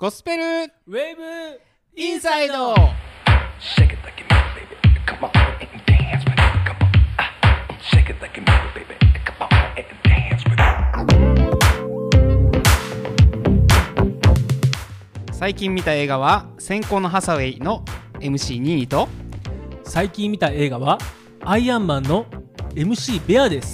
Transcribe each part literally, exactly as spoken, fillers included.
ゴスペルウェーブインサイド。最近見た映画は先行のハサウェイの エムシー ニーニと、 最近見た映画はアイアンマンの エムシー ベアです。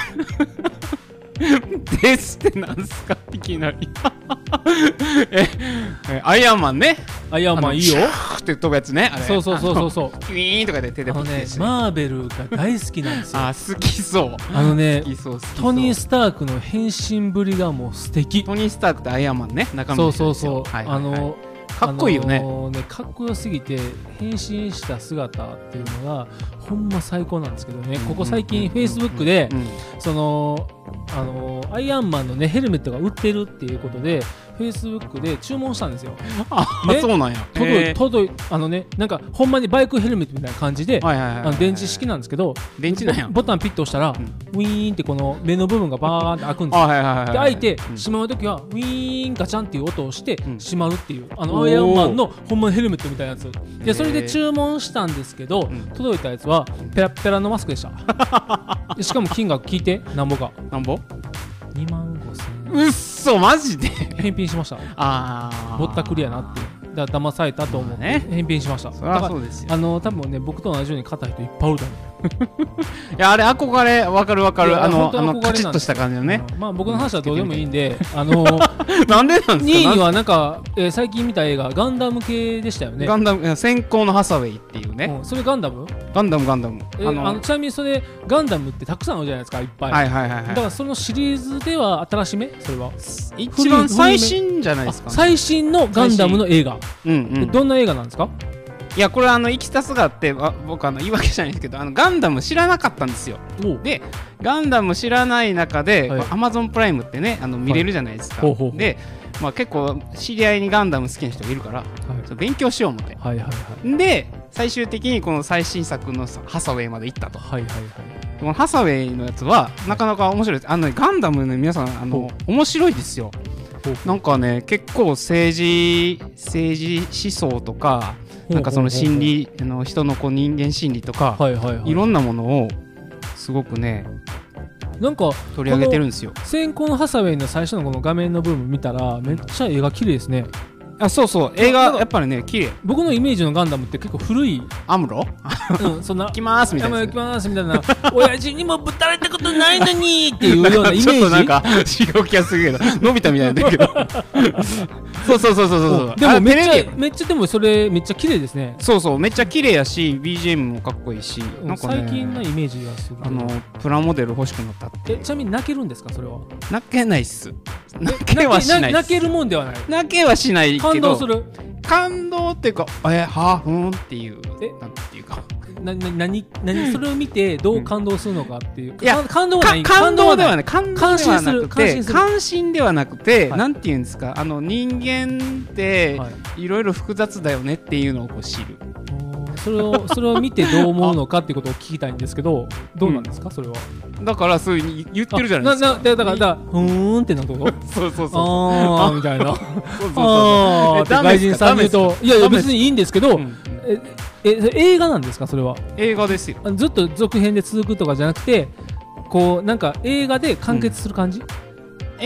ですってなんすかいきなりええアイアンマンね。 アイアンマンいいよって飛ぶやつね。あれそうそうそうそうそう。 キュイーンとかで手であのね、 ポッてして、 マーベルが大好きなんですよ。 あ好きそう。 あのね好きそう好きそう。 トニー・スタークの変身ぶりがもう素敵。 トニー・スタークってアイアンマンね、仲間そうの人そうそう、 ですよ。はいはいはい、 あのかっこいいよね。 あのーねかっこよすぎて変身した姿っていうのがほんま最高なんですけどね、ここ最近 Facebook でうんそのあのーアイアンマンのねヘルメットが売ってるっていうことで Facebook で注文したんですよ。 あ、 ねそうなんや。 届いへー届いあのねなんかほんまにバイクヘルメットみたいな感じで、 はいはいはいはい、 あの電池式なんですけど、 電池なんや。 ボタンピッと押したら、 うんウィーンってこの目の部分がバーンって開くんですよ。 あ、はいはいはいはい、 で開いてうんしまうときはウィーンガチャンっていう音をしてうん閉まるっていう、あおーのアイアンマンのほんまヘルメットみたいなやつへーで、それで注文したんですけど、 うん届いたやつはペラッペラのマスクでしたでしかも金額聞いてなんぼかなんぼにまんごせんえんうっそマジで返品しました。 あーぼったくりやなってだから騙されたと思う、 まあね返品しました。 そりゃそうですよ。 あの多分ね僕と同じように買った人いっぱいおると思う。 いやあれ憧れわかるわかる。 いやあの本当に憧れあのカチッとした感じのね、 うんまあ僕の話はどうでもいいんであのなんでなんですか。 にいにはなんか、えー最近見た映画ガンダム系でしたよね。 ガンダム先行のハサウェイっていうね、 うん、それガンダム、 ガンダムガンダム、 えーあのちなみにそれガンダムってたくさんあるじゃないですか、いっぱい、 はいはいはいはい、 だからそのシリーズでは新しめそれは一番最新じゃないですか、ね、 最新のガンダムの映画、 うんうん、 どんな映画なんですか。 いやこれあのいきさつがあって、あ僕あの言い訳じゃないんですけど、あのガンダム知らなかったんですよ。でガンダム知らない中で、 はい、 アマゾンプライムってねあの見れるじゃないですか、 はい、ほうほうほうで、まあ、結構知り合いにガンダム好きな人がいるから、はい、勉強しよう思って、 はいはいはい、 で最終的にこの最新作のハサウェイまで行ったと、はいはいはい、このハサウェイのやつはなかなか面白いです。あの、ね、ガンダムね皆さんあの面白いですよ。なんかね結構政治政治思想とかなんかその心理あの人のこう人間心理とか、はいはいはい、いろんなものをすごくねなんか取り上げてるんですよ。 先行のハサウェイの最初のこの画面の部分見たらめっちゃ映画綺麗ですね。 あ、そうそう映画やっぱりね綺麗。 僕のイメージのガンダムって結構古いアムロうん、そんな行きますみたいな行きますみたいな親父にもぶたれたことないのにっていうようなイメージ。 ちょっとなんか刺激がするけどのび太みたいなんだけどそうそうそうそうそうでもめっちゃめっちゃでもそれめっちゃ綺麗ですね。 そうそうめっちゃ綺麗やし ビージーエム もかっこいいし、なんかね、 最近のイメージがする。 あのプラモデル欲しくなったって。 えちなみに泣けるんですかそれは。 泣けないっす。泣けはしないっす。 泣けるもんではない。 泣けはしないけど感動する。 感動っていうかえはあふーんっていうえなんていうかなな何何それを見てどう感動するのかっていう、 うん、いや感動はない感動ではない感動感ではなくて関心ではなくて、 はい、 なんていうんですかあの人間っていろいろ複雑だよねっていうのをこう知る。 それをそれを見てどう思うのかっていうことを聞きたいんですけどどうなんですか、うん、それは。 だからそういうふうに言ってるじゃないですか。 ななだからだからふーんってなることそうそうそうあーみたいなそうそうそうあーって外人さんに言うといやいや別にいいんですけど、うん、ええ映画なんですかそれは。 映画ですよ。 ずっと続編で続くとかじゃなくてこうなんか映画で完結する感じ、うん、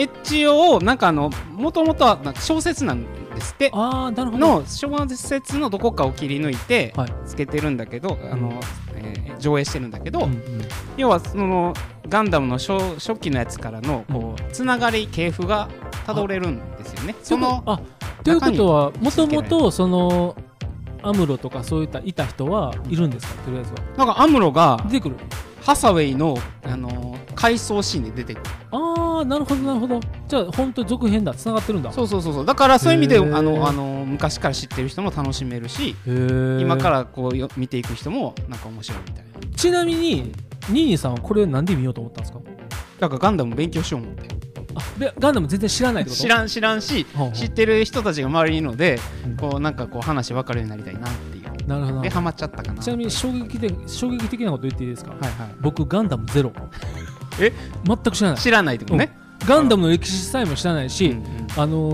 一応なんかあのもともとはなんか小説なんですって。 あーなるほど。 の小説のどこかを切り抜いてつけてるんだけど、はい、あのえー、上映してるんだけど、うんうん、要はそのガンダムの 初, 初期のやつからのこう、うん、つながり系譜がたどれるんですよね。そのあということはもともとそのアムロとかそういったいた人はいるんですか、とりあえずは。 なんかアムロが出てくるハサウェイの、あのー、回想シーンで出てくる。 ああなるほどなるほど。じゃあ本当に続編だ、つながってるんだ。 そうそうそうそう。だからそういう意味であの、あのー、昔から知ってる人も楽しめるし今からこうよ見ていく人もなんか面白いみたいな。 ちなみにニーニーさんはこれなんで見ようと思ったんですか。 だからガンダム勉強しよう思って。 あでガンダム全然知らないってこと。 知らん知らんし、 ほうほう知ってる人たちが周りにいるので、うん、こうなんかこう話分かるようになりたいなっていう。 なるほど。 でハマっちゃったかな。 ちなみに衝撃で衝撃的なこと言っていいですか。 はいはい。 僕ガンダムゼロ。 え全く知らない。 知らないってことね。 うん、ガンダムの歴史さえも知らないし、 うんうん、 あのー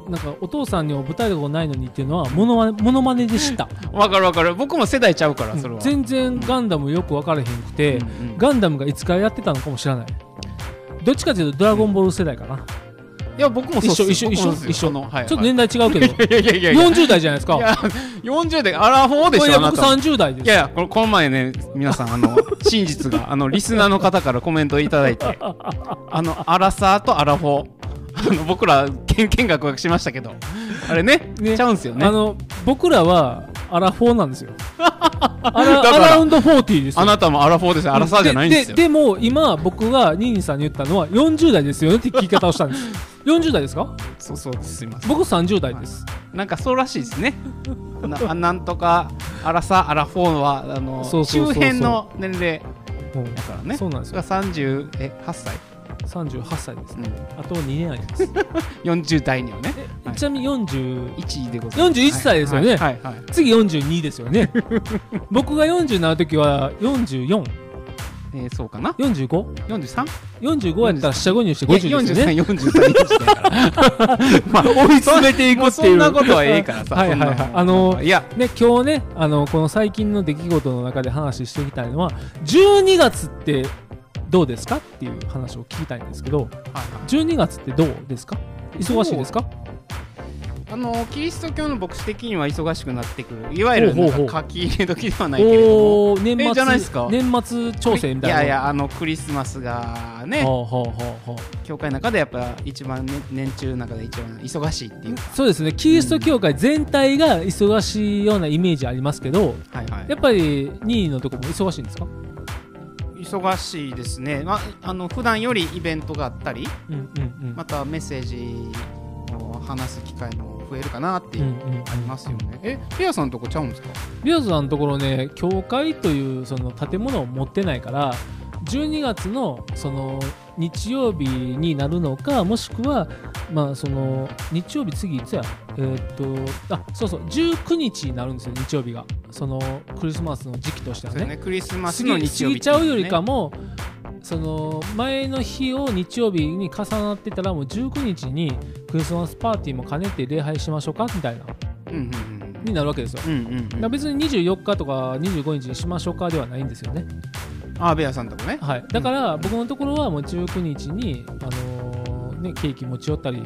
なんかお父さんにも舞台とかないのにっていうのはモノマネ、モノマネでした。 わかるわかる。僕も世代ちゃうからそれは。 全然ガンダムよく分からへんくて、うんうん、ガンダムがいつからやってたのかも知らない。どっちかというとドラゴンボール世代かな。 いや僕もそう一緒一緒一緒一緒の、はいはい、ちょっと年代違うけど。 いやいやいやいやよんじゅう代じゃないですか。いやよんじゅう代アラフォーでしょ。いや僕さんじゅう代です。 いやいやこの、この前ね皆さんあの真実があのリスナーの方からコメントいただいてあのアラサーとアラフォーあの僕ら見見学しましたけどあれ ね, ねちゃうんすよね。 あの僕らはアラフォーなんですよ。アラ, アラウンドフォーティーですよ。 あなたもアラフォーですよ。アラサーじゃないんですよ。 で, で, でも今僕がニーニーさんに言ったのはよんじゅう代ですよねって聞き方をしたんですよんじゅう代ですか。 そうそうです。すいません。 僕さんじゅう代です、 はい、なんかそうらしいですね。な, なんとかアラサーアラフォーはあのそうそうそうそう周辺の年齢だからね。 そうなんですよ。 さんじゅうはっさいさんじゅうはっさいですね、うん、あとにねんありますよんじゅう代にはね、 はい、ちなみによんじゅういちでございます。 よんじゅういっさいですよね、 はいはいはい、 次よんじゅうにですよね僕がよんじゅうになるときはよんじゅうよん、 えー、そうかなよんじゅうご?よんじゅうさん? よんじゅうごやったら四捨五入してごじゅうですよね。 よんじゅうさん、よんじゅうさん、よんじゅうさんやからまあ追い詰めていくっていうそんなことはええからさはいはいはい。あのいやね今日ねあのこの最近の出来事の中で話していきたいのはじゅうにがつってどうですかっていう話を聞きたいんですけど、はいはい、じゅうにがつってどうですか。忙しいですか。 あのキリスト教の牧師的には忙しくなってくる。いわゆるなんか書き入れ時ではないけれども年末じゃないですか。 年末調整みたいな。 いやいやあのクリスマスがねほうほうほうほう教会の中でやっぱ一番、ね、年中の中で一番忙しいっていうか。 そうですね。キリスト教会全体が忙しいようなイメージありますけど、はいはい、やっぱりにいのところも忙しいんですか。 忙しいですね、まあ、あの普段よりイベントがあったり、うんうんうん、またメッセージを話す機会も増えるかなっていう、うんうん、ありますよね。え、レアさんのとこちゃうんですか。 レアさんのところね教会というその建物を持ってないからじゅうにがつのその日曜日になるのかもしくはまあその日曜日次いつやえー、っとあそうそうじゅうくにちになるんですよ日曜日がそのクリスマスの時期としては ね, ねクリスマスの日曜日、ね、 過ぎちゃうよりかもその前の日を日曜日に重なってたらもうじゅうくにちにクリスマスパーティーも兼ねて礼拝しましょうかみたいな、うんうんうん、になるわけですよ、うんうんうん、だから別ににじゅうよっかとかにじゅうごにちにしましょうかではないんですよね。 あベアさんとこね、 はい、だから僕のところはもうじゅうくにちに、あのーね、ケーキ持ち寄ったり、うんうん、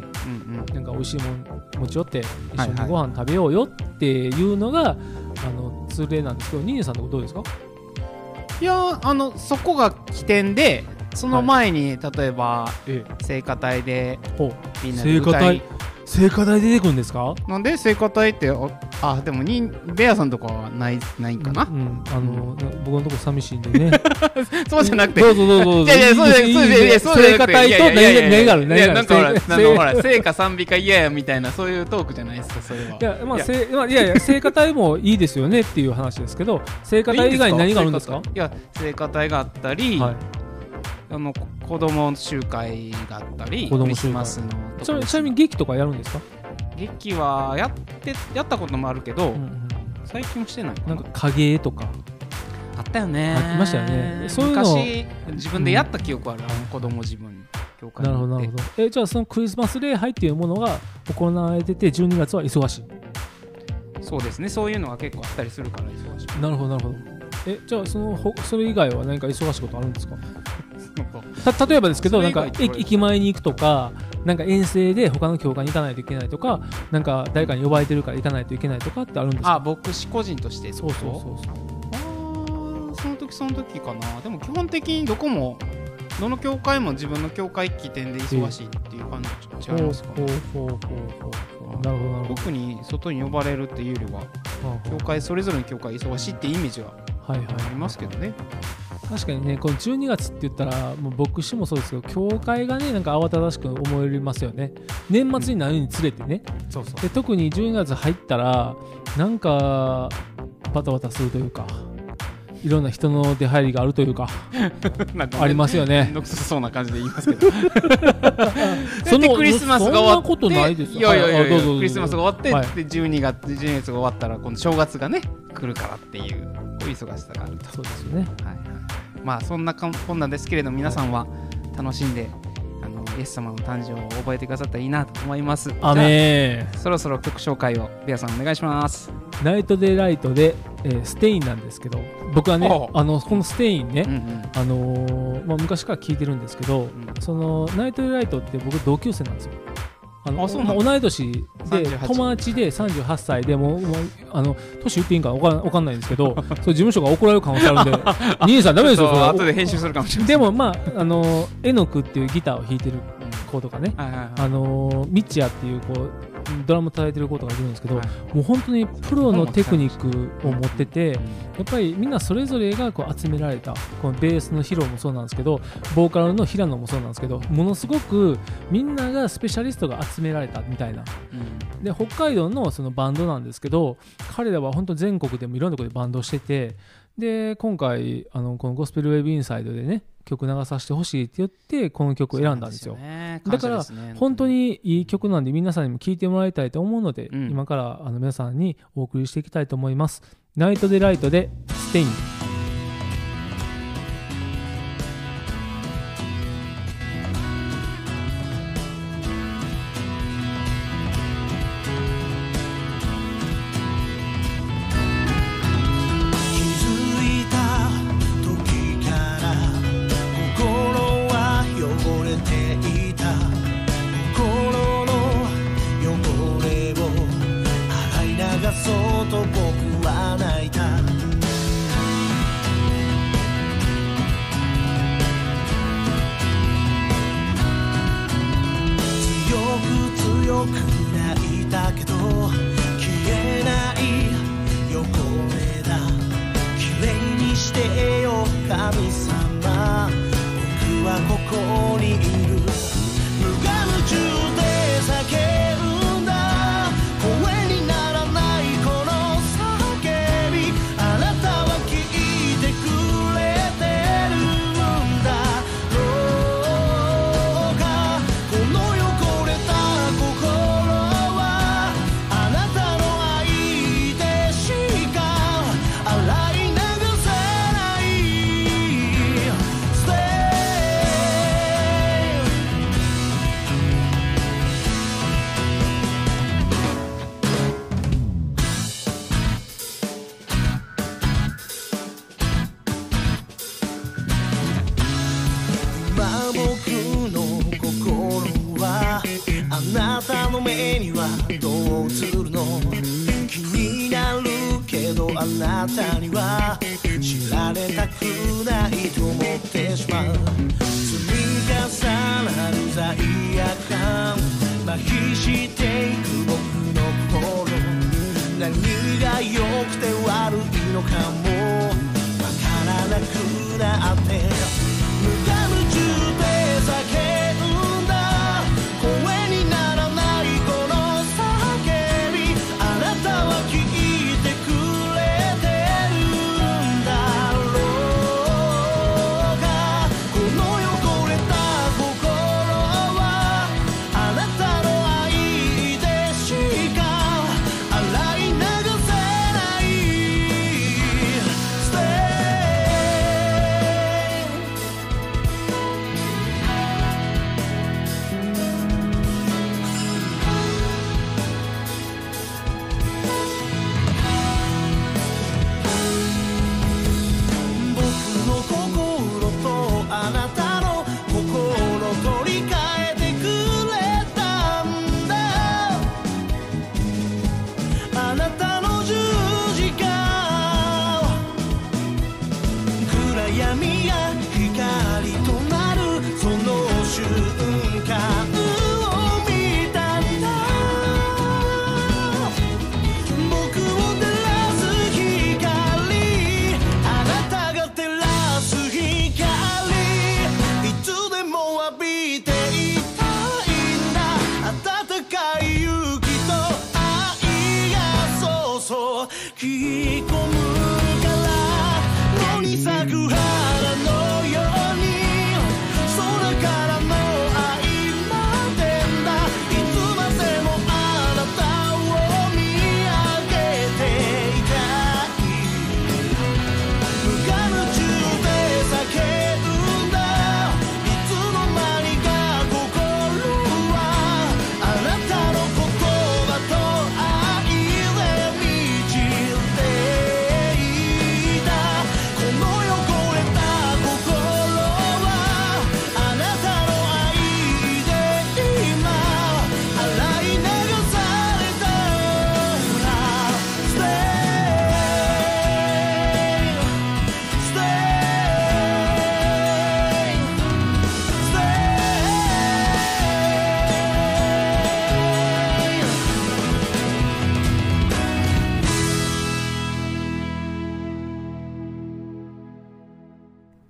なんか美味しいもの持ち寄って一緒にご飯食べようよっていうのが、はいはい、あの通例なんですけど、ニーニーさんのとこどうですか。 いやあのそこが起点でその前に、はい、例えば聖歌隊でみんなで歌い聖歌隊出てくるんですか。 なんで聖歌隊ってあでもにベアさんとかはないないんかな、うんうん、 あの、うん、僕のとこ寂しいんでねそうじゃなくてどうぞどうぞどうぞいやいやそうじゃなくて聖歌隊と何がある何があるなんかほらあのほら聖歌賛美歌嫌やみたいなそういうトークじゃないですかそれは。 いやまあせいやいや聖歌隊もいいですよねっていう話ですけど聖歌隊以外に何があるんですか。 いや聖歌隊があったり、はい、あの子供集会があったりクリスマスのちなみに劇とかやるんですか。 劇はやってやったこともあるけど、うんうん、最近もしてない。 なんか影絵とかあったよね。 ありましたよね。そういうの昔自分でやった記憶ある、うん、あの子供自分教会に行って。 なるほどなるほど。えじゃあそのクリスマス礼拝っていうものが行われててじゅうにがつは忙しい。 そうですね。そういうのが結構あったりするから忙しい。 なるほどなるほど。えじゃあそのほそれ以外は何か忙しいことあるんですか。た例えばですけどなんか駅前に行くとかなんか遠征で他の教会に行かないといけないとかなんか誰かに呼ばれてるから行かないといけないとかってあるんですか。 あ牧師個人としてそうそうそうそう。 あその時その時かな。でも基本的にどこもどの教会も自分の教会起点で忙しいっていう感じ違いますかね。 なるほどなるほど。 特に外に呼ばれるっていうよりは教会それぞれの教会忙しいってイメージはありますけどね。 確かにねこのじゅうにがつって言ったらもう牧師もそうですけど教会がねなんか慌ただしく思えますよね。年末になるにつれてね、うん、そうそうで特にじゅうにがつ入ったらなんかバタバタするというかいろんな人の出入りがあるというかなんかありますよね。 めんどくさそうな感じで言いますけどそのクリスマスが終わってそんなことないですよ。いやいやいやいやクリスマスが終わって、はい、でじゅうにがつじゅうにがつが終わったら今度正月がね来るからっていう忙しさがあると。 そうですよね。 はいはい。まあそんなこんなんですけれども皆さんは楽しんであのイエス様の誕生を覚えてくださったらいいなと思います。 アメーそろそろ曲紹介をベアさんお願いします。 ナイトデライトで、えー、ステインなんですけど、僕はねあのこのステインね、うんうん、あのーまあ、昔から聞いてるんですけど、うん、そのナイトデライトって僕同級生なんですよ。あのあそうなん同い年で友達でさんじゅうはっさいでもうもうあの年言っていいんか分かん、分かんないんですけどそう事務所が怒られる可能性あるんで兄さんダメですよ。 後で編集するかもしれない。 でもまああのエノクっていうギターを弾いてる子とかね、はいはいはい、あのミッチアっていうこうドラム叩いてる子とかいるんですけど、はい、もう本当にプロのテクニックを持ってて、やっぱりみんなそれぞれがこう集められた、このベースのヒロもそうなんですけど、ボーカルの平野もそうなんですけど、ものすごくみんながスペシャリストが集められたみたいな、うん、で北海道のそのバンドなんですけど、彼らは本当全国でもいろんなところでバンドをしてて、で今回あのこのゴスペルウェブインサイドでね曲流させてほしいって言ってこの曲を選んだんですよ。 ね、 だから本当にいい曲なんで皆さんにも聴いてもらいたいと思うので、うん、今からあの皆さんにお送りしていきたいと思います。ナイトデライトでステイン。 暖かい雪と愛がそ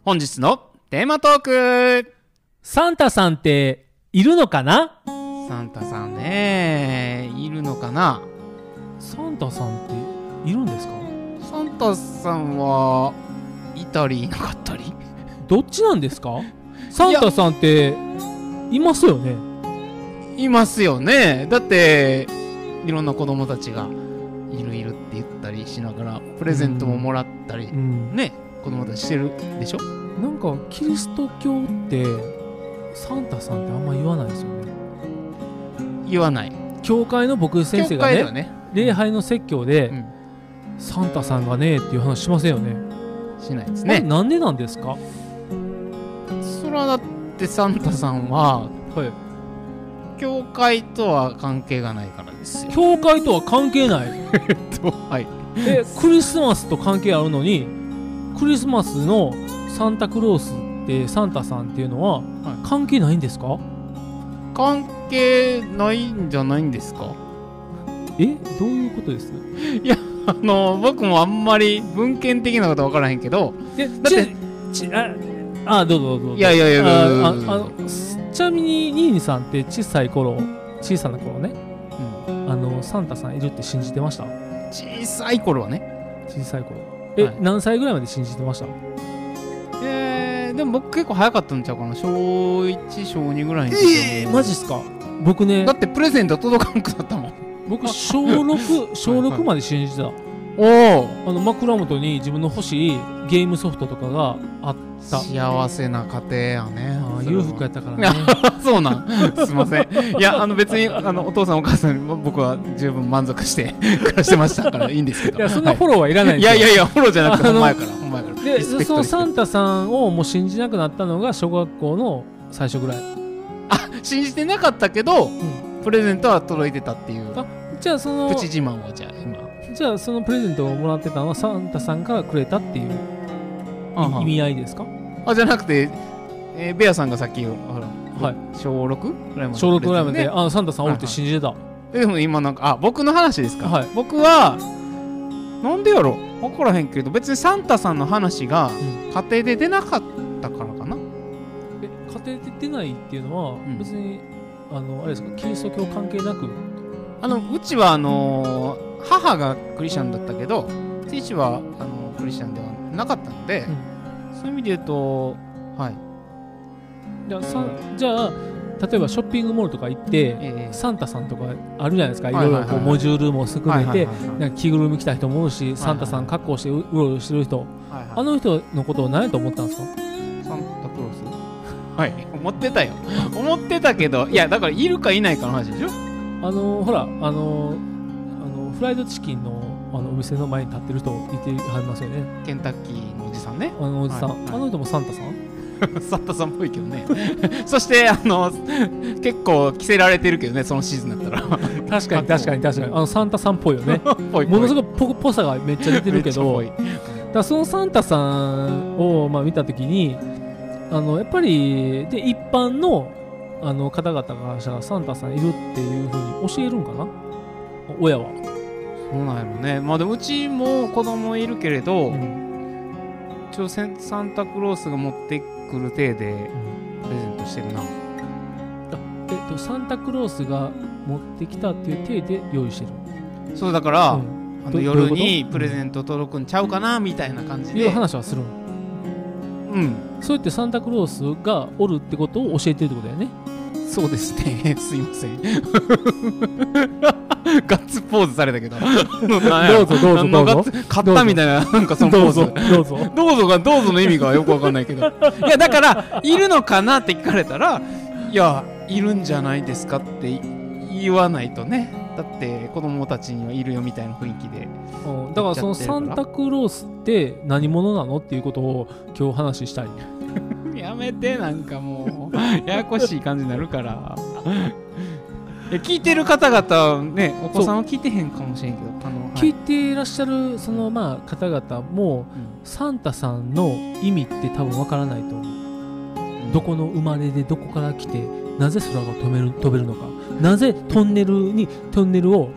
本日のテーマトーク。 サンタさんっているのかな？ サンタさんね、いるのかな？ サンタさんっているんですか？ サンタさんはいたりいなかったり、 どっちなんですか？サンタさんっていますよね。 いますよね。だっていろんな子供たちがいるいるって言ったりしながらプレゼントももらったり、うん、ね、子供たちしてるでしょ。 なんかキリスト教ってサンタさんってあんま言わないですよね。 言わない。 教会の僕先生が ね, ね礼拝の説教で、うん、サンタさんがねっていう話しませんよね。 しないですね。 なんでなんですか？ それはだってサンタさんは、はい、教会とは関係がないからですよ。 教会とは関係ないえっとはいえクリスマスと関係あるのに、クリスマスのサンタクロースってサンタさんっていうのは関係ないんですか？はい、 関係ないんじゃないんですか？ え、どういうことです？ いや、あの僕もあんまり文献的なことは分からへんけど、 え、だってちああどうぞどうぞ。 いやいやいや、 あああのちなみにニーニさんって小さい頃小さな頃ね、うん、あのサンタさんいるって信じてました？ 小さい頃はね。 小さい頃え、はい、何歳ぐらいまで信じてました？ えー、でも僕結構早かったんちゃうかな。しょういち、しょうにぐらいの時。 えー、マジっすか？僕ね、 だってプレゼント届かんくなったもん。 僕しょうろく、しょうろくまで信じてた。 おお、 あの枕元に自分の欲しいゲームソフトとかがあった。 幸せな家庭やね。 あ、裕福やったからね。 そうなん。すいません。いや、あの別にあのお父さんお母さんに僕は十分満足して暮らしてましたからいいんですけど。 いや、そんなフォローはいらないんですよ。 いやいやいや、フォローじゃなくてほんまやから、ほんまやから。 で、そのサンタさんをもう信じなくなったのが小学校の最初ぐらい。 あ、信じてなかったけど、うん、プレゼントは届いてたっていう。 あ、じゃあそのプチ自慢をじゃあ今。 じゃあそのプレゼントをもらってたのはサンタさんからくれたっていう意味合いですか？ あ、じゃなくて、えー、ベアさんがさっきほら、はい、しょうろくぐらいまで、 小ろくぐらいまで、あ、サンタさんおるって信じてた。 はいはい、でも今なんか、あ、僕の話ですか？ はい、 僕はなんでやろ分からへんけど、別にサンタさんの話が家庭で出なかったからかな。うん、 え、家庭で出ないっていうのは、うん、別にあのあれですか、キリスト教関係なく？ あのうちはあのー母がクリスチャンだったけど、父はあのクリスチャンではなかったので、うん、そういう意味で言うと、はい。 じゃあ、さじゃあ例えばショッピングモールとか行って、えー、サンタさんとかあるじゃないですか、いろいろこうモジュールも含めて、なんか着ぐるみ着た人もおるし、はいはいはい、サンタさん格好してうろうろしてる人、はいはい、あの人のことを何やと思ったんですか？ サンタクロース？はい、思ってたよ。思ってたけど、いやだからいるかいないかの話でしょ。 あのほら、あのフライドチキン の, あのお店の前に立ってる人いてはりますよね。 ケンタッキーのおじさんね。 あのおじさん、はいはい、あの人もサンタさんサンタさんっぽいけどね。そしてあの結構着せられてるけどね、そのシーズンだったら。 確かに確かに確かに、あのサンタさんっぽいよね。ぽいぽい、ものすごい ぽ, ぽさがめっちゃ出てるけど、だからそのサンタさんを、まあ、見たときに、あのやっぱりで一般のあの方々がしたらサンタさんいるっていうふうに教えるんかな、親は。 そうなんやろね。まあでもうちも子供いるけれど、うん、一応サンタクロースが持ってくる体でプレゼントしてるな。あ、 えっとサンタクロースが持ってきたっていう体で用意してる。 そうだから、うん、あの夜にプレゼント届くんちゃうかなみたいな感じで。 いう話はするの。うん。そうやってサンタクロースがおるってことを教えてるってことだよね。 そうですね。すいません。ガッツポーズされたけど。どうぞどうぞどうぞ。 買ったみたいな、なんかそのポーズ。 どうぞどうぞ。 どうぞがどうぞの意味がよくわかんないけど。いやだからいるのかなって聞かれたら、いやいるんじゃないですかって言わないとね。だって子供たちにはいるよみたいな雰囲気で。うん、 だからそのサンタクロースって何者なのっていうことを今日話したい。 やめて、なんかもうややこしい感じになるから。いや聞いてる方々ね、お子さんは聞いてへんかもしれんけど、あの、はい、 聞いていらっしゃるそのまあ方々も、うん、サンタさんの意味って多分わからないと思う、うん、どこの生まれでどこから来てなぜ空が飛べる飛べるのか、なぜトンネルにトンネルをパーっ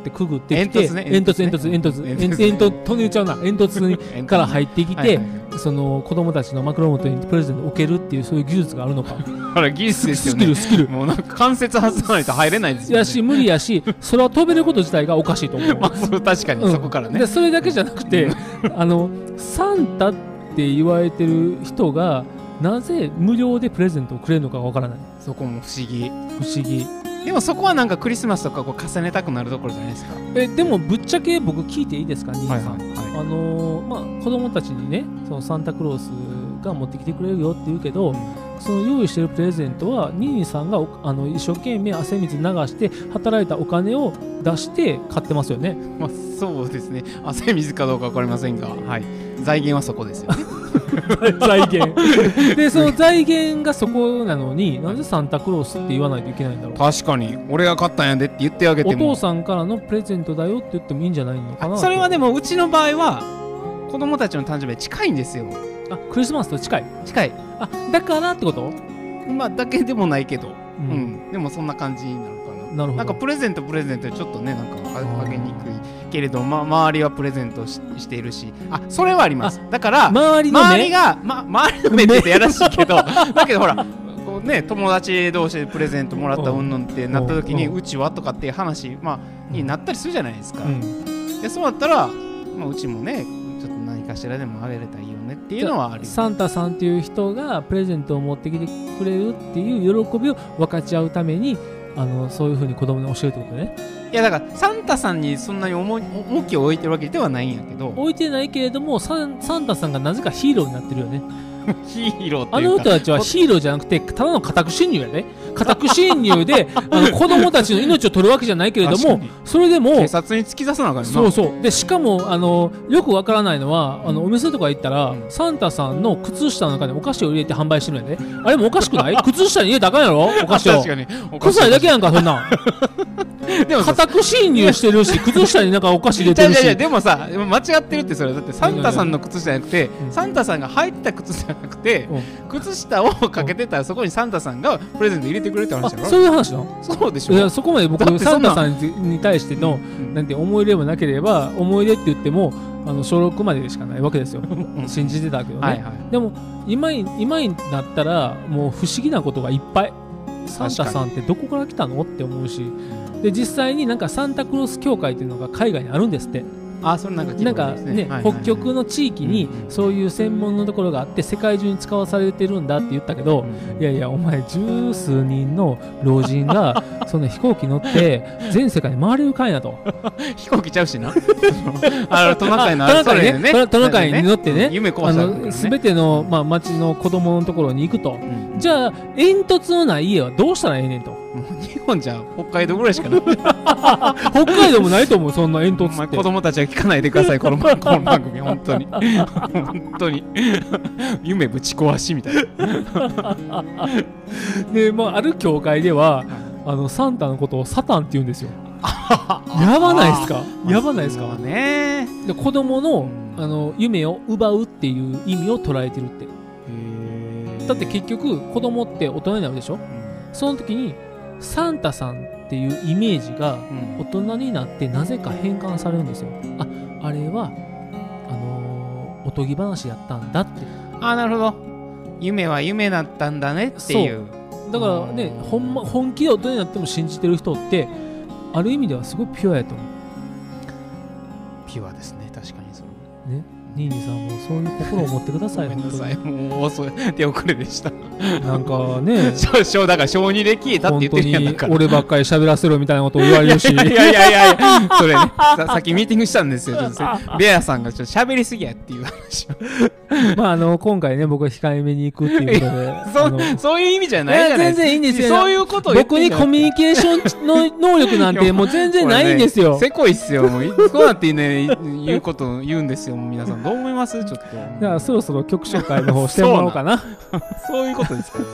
ってくぐってきて、 煙突ね、 煙突煙突煙突煙突煙突飛んでちゃうな、煙突にから入ってきて、その子供たちの枕元にプレゼントを置けるっていうそういう技術があるのか。 あら技術ですよね。 スキルスキル。 もうなんか関節外さないと入れないですよね。 やし無理やし、空飛べること自体がおかしいと思う。 まあそう確かにそこからね。 でそれだけじゃなくて、あのサンタって言われてる人がなぜ無料でプレゼントをくれるのかがわからない。 そこも不思議。 不思議。 でもそこはなんかクリスマスとかこう重ねたくなるところじゃないですか。 えでもぶっちゃけ僕聞いていいですか、兄さん。 はいはいはい、 あのー、まあ子供たちにね、そのサンタクロースが持ってきてくれるよって言うけど、うん、その用意してるプレゼントはニーさんがあの一生懸命汗水流して働いたお金を出して買ってますよね。 まあそうですね。汗水かどうか分かりませんが、はい、財源はそこですよね。 財源でその財源がそこなのになんでサンタクロースって言わないといけないんだろう。 確かに俺が買ったんやでって言ってあげても、 お父さんからのプレゼントだよって言ってもいいんじゃないのかな。 それはでもうちの場合は子供たちの誕生日近いんですよ。 あ、クリスマスと近い近い。 あ、だからってこと。 まあだけでもないけど、 うん、 うん、でもそんな感じになるかな。 なるほど。 なんかプレゼントプレゼントでちょっとねなんかあげにくいけれど、ま、周りはプレゼント し, しているし、あそれはあります。だから周りの目周りが、ま、周りの目って言ってやらしいけどだけどほらこう、ね、友達同士でプレゼントもらったうんぬんってなった時にうちはとかっていう話、まあ、になったりするじゃないですか、うん、でそうだったら、まあ、うちもねちょっと何かしらでもあげれたらいいよねっていうのはある。 サンタさんっていう人がプレゼントを持ってきてくれるっていう喜びを分かち合うためにあのそういう風に子供に教えるってことね。 いやだからサンタさんにそんなに重重きを置いてるわけではないんやけど、 置いてないけれどもサン、サンタさんがなぜかヒーローになってるよね。 ヒーローっていうかあの人たちはヒーローじゃなくてただの家宅侵入やね。家宅侵入であの子供たちの命を取るわけじゃないけれども、それでも警察に突き出さなあかんな。 そうそうでしかもあのよくわからないのはあのお店とか行ったら、うん、サンタさんの靴下の中にお菓子を入れて販売してるんやね。あれもおかしくない靴下に入れたらあかんやろお菓子を。 確かに臭いだけやんかそんなんでも家宅侵入してるし靴下になんかお菓子入れてるし。 いやいやでもさ間違ってるって。それだってサンタさんの靴下じゃなくて、うん、サンタさんが履いてた靴下じゃなくて、うん、靴下をかけてたらそこにサンタさんがプレゼント入れてくれるって話だろ。 そういう話なの。 そうでしょ。 いやそこまで僕サンタさんに対しての、うん、なんて思い入れもなければ思い入れって言ってもあの小ろくまでしかないわけですよ信じてたけどね、はいはい、でも今に今になったらもう不思議なことがいっぱい。サンタさんってどこから来たのって思うし、で実際になんかサンタクロース協会っていうのが海外にあるんですって。 あ、それなんか聞いたことですね。 なんかね、北極の地域にそういう専門のところがあって世界中に使わされてるんだって言ったけど、いやいやお前十数人の老人がその飛行機乗って全世界に回れるかいなと。 飛行機ちゃうしな。あのトナカイのトナカイね、トナカイに乗ってね、 夢壊したね。 すべてのまあ町の子供のところに行くと。じゃあ煙突のない家はどうしたらええねんと。 日本じゃ北海道ぐらいしかない。 北海道もないと思うそんな煙突って。 子供たちは聞かないでくださいこのこの番組本当に本当に夢ぶち壊しみたいな。 で、まあ、ある教会ではあのサンタのことをサタンって言うんですよ。やばないですか。やばないですか。 ね、 で子供の、あの夢を奪うっていう意味を捉えてるって。へだって結局子供って大人になるでしょ、うん、その時にサンタさんっていうイメージが大人になってなぜか変換されるんですよ。あ、あれはあのー、おとぎ話やったんだって。 あ、なるほど。夢は夢だったんだねっていう。 だからね、ほんま本気で大人になっても信じてる人ってある意味ではすごいピュアやと思う。 ピュアですね、確かにそれね。ニーニーさんもそういう心を持ってください。 ごめんなさい、もう遅い手遅れでした。 なんかね、 小だから小にで消えたって言ってるやんだから。 俺ばっかり喋らせろみたいなことを言われるし。 いやいやいやいやそれね、さ, さっきミーティングしたんですよ。ちょっとベアさんがちょっと喋りすぎやっていう話を。 まああの今回ね僕は控えめに行くっていうことで、 そ, そういう意味じゃないじゃないですか。 全然いいんですよ。 そういうことを言って僕にコミュニケーションの能力なんてもう全然ないんですよ。 せこいっすよ。もうそうなってね言うこと言うんですよ。もう皆さんどう思います？ちょっと。 じゃあそろそろ曲紹介の方してもらおうかな。 そういうことですか。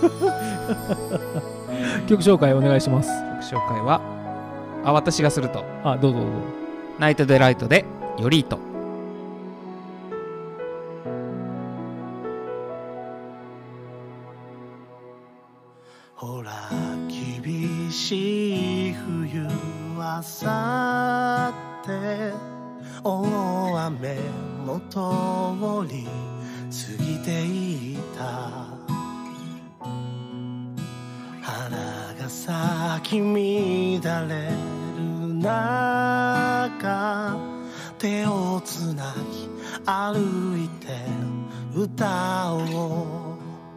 曲紹介お願いします。 曲紹介はあ私がすると。 あ、どうぞどうぞ。 ナイトデライトでよりーと。 ほら厳しい冬はさて大雨も通り過ぎていた。花が咲き乱れる中、手をつなぎ歩いて歌おう。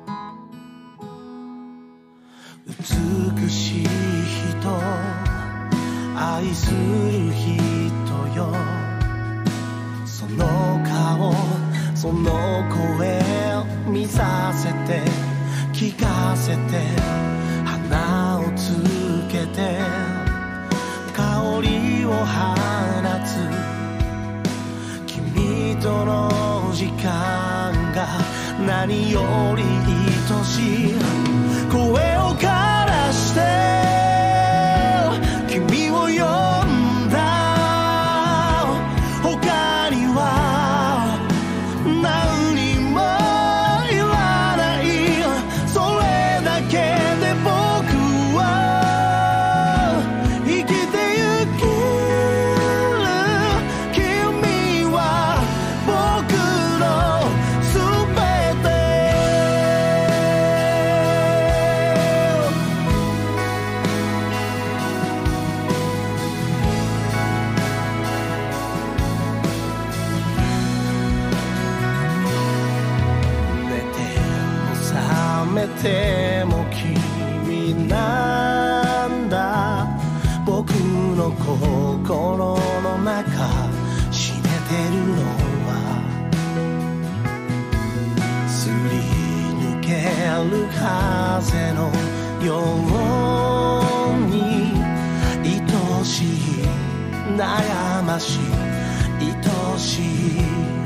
美しい人、愛する人よ、その顔その声見させて聞かせて、花をつけて香りを放つ。君との時間が何より愛しい。声を枯らして君を呼んだ。他には何にも言わない。それだけで僕は生きてゆける。君は僕の全て。寝ても君なんだ。僕の心の中占めてるのは、すり抜ける風のように愛しい、悩ましい、愛しい。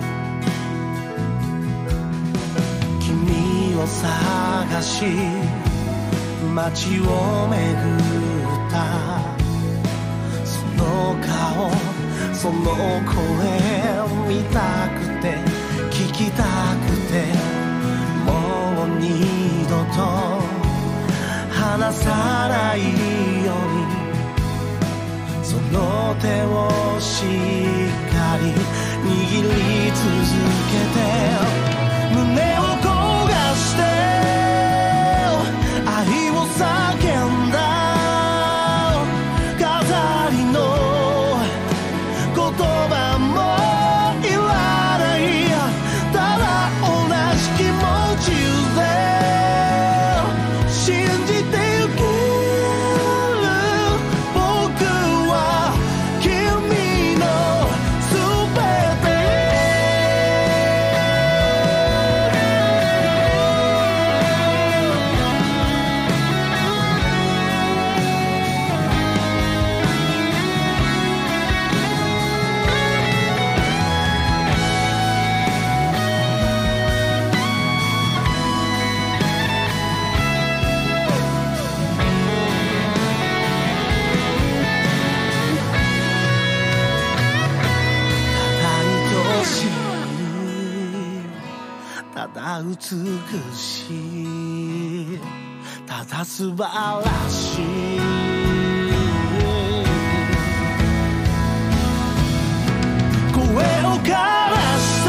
君を探し街を巡った。その顔その声見たくて聞きたくて、もう二度と離さないように、その手をしっかり握り続けて、胸を焦がして愛を叫んだ。飾りの言葉も言わない。ただ同じ気持ちで信じてゆける。僕は君の全て。ただ美しい、ただ素晴らしい。声を枯らして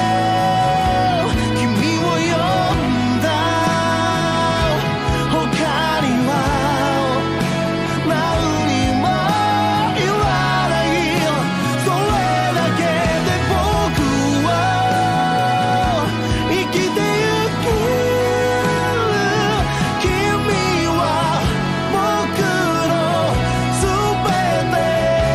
君を呼んだ。他には何にも言わない。それだけで僕は生きてゆける。君は僕の全て。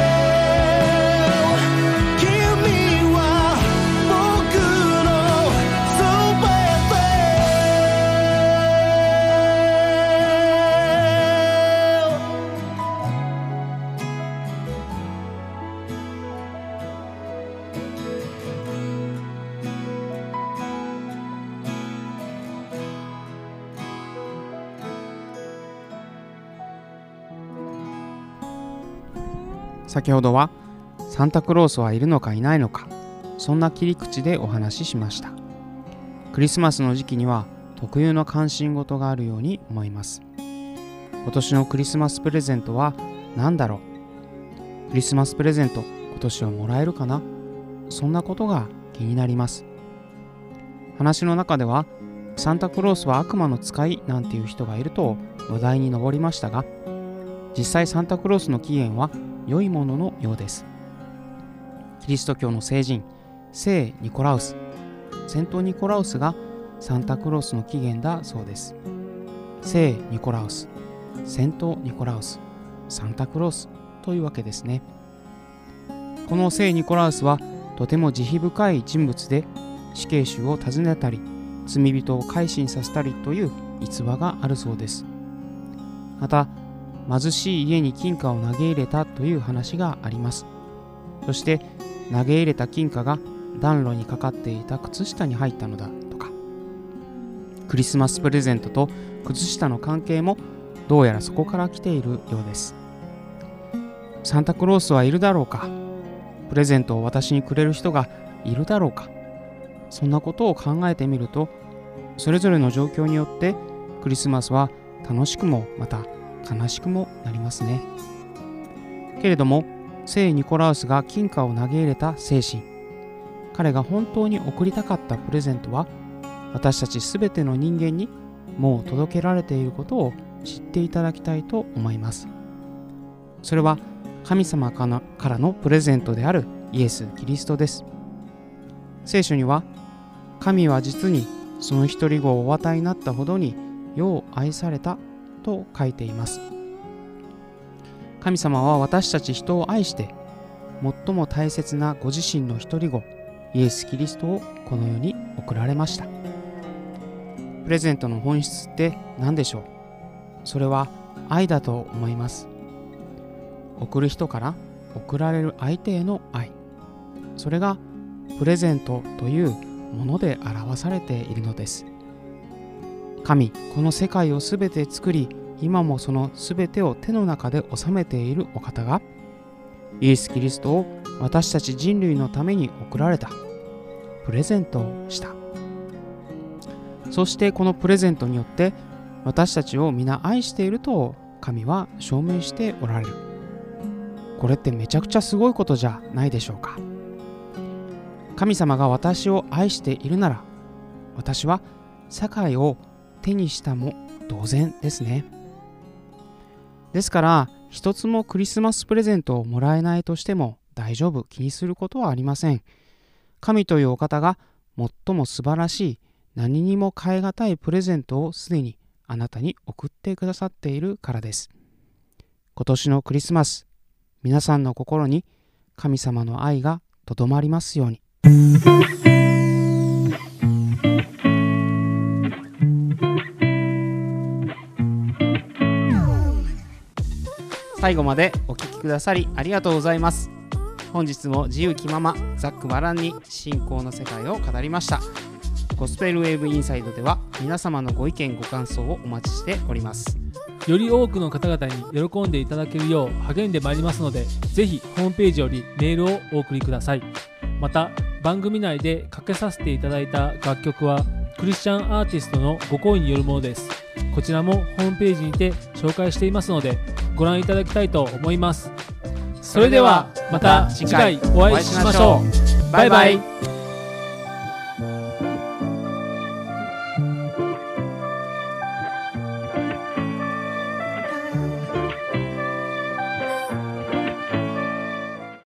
君は僕の全て。 先ほどはサンタクロースはいるのかいないのか、そんな切り口でお話ししました。クリスマスの時期には特有の関心事があるように思います。今年のクリスマスプレゼントは何だろう。クリスマスプレゼント、今年をもらえるかな、そんなことが気になります。話の中ではサンタクロースは悪魔の使いなんていう人がいると話題に上りましたが、実際サンタクロースの起源は良いもののようです。キリスト教の聖人聖ニコラウス、セントニコラウスがサンタクロースの起源だそうです。聖ニコラウス、セントニコラウス、サンタクロースというわけですね。この聖ニコラウスはとても慈悲深い人物で、死刑囚を訪ねたり罪人を改心させたりという逸話があるそうです。また貧しい家に金貨を投げ入れたという話があります。そして投げ入れた金貨が暖炉にかかっていた靴下に入ったのだとか、クリスマスプレゼントと靴下の関係もどうやらそこから来ているようです。サンタクロースはいるだろうか、プレゼントを私にくれる人がいるだろうか、そんなことを考えてみると、それぞれの状況によってクリスマスは楽しくもまた悲しくもなりますね。けれども聖ニコラウスが金貨を投げ入れた精神、彼が本当に贈りたかったプレゼントは、私たちすべての人間にもう届けられていることを知っていただきたいと思います。それは神様からのプレゼントであるイエス・キリストです。聖書には、神は実にその一人子をお与えになったほどによう愛されたと書いています。神様は私たち人を愛して最も大切なご自身の一人子イエス・キリストをこの世に送られました。プレゼントの本質って何でしょう。それは愛だと思います。送る人から送られる相手への愛、それがプレゼントというもので表されているのです。神、この世界をすべて作り、今もそのすべてを手の中で収めているお方が、イエス・キリストを私たち人類のために送られたプレゼントをした。そしてこのプレゼントによって私たちを皆愛していると神は証明しておられる。これってめちゃくちゃすごいことじゃないでしょうか。神様が私を愛しているなら、私は世界を手にしたも同然ですね。ですから一つもクリスマスプレゼントをもらえないとしても大丈夫、気にすることはありません。神というお方が最も素晴らしい、何にも代え難いプレゼントをすでにあなたに送ってくださっているからです。今年のクリスマス、皆さんの心に神様の愛がとどまりますように。最後までお聞きくださりありがとうございます。本日も自由気ままざっくばらんに信仰の世界を語りました。ゴスペルウェーブインサイドでは皆様のご意見ご感想をお待ちしております。 より多くの方々に喜んでいただけるよう励んでまいりますので、ぜひホームページよりメールをお送りください。また番組内でかけさせていただいた楽曲はクリスチャンアーティストのご好意によるものです。こちらもホームページにて紹介していますのでご覧いただきたいと思います。それではまた次回お会いしましょう。バイバイ。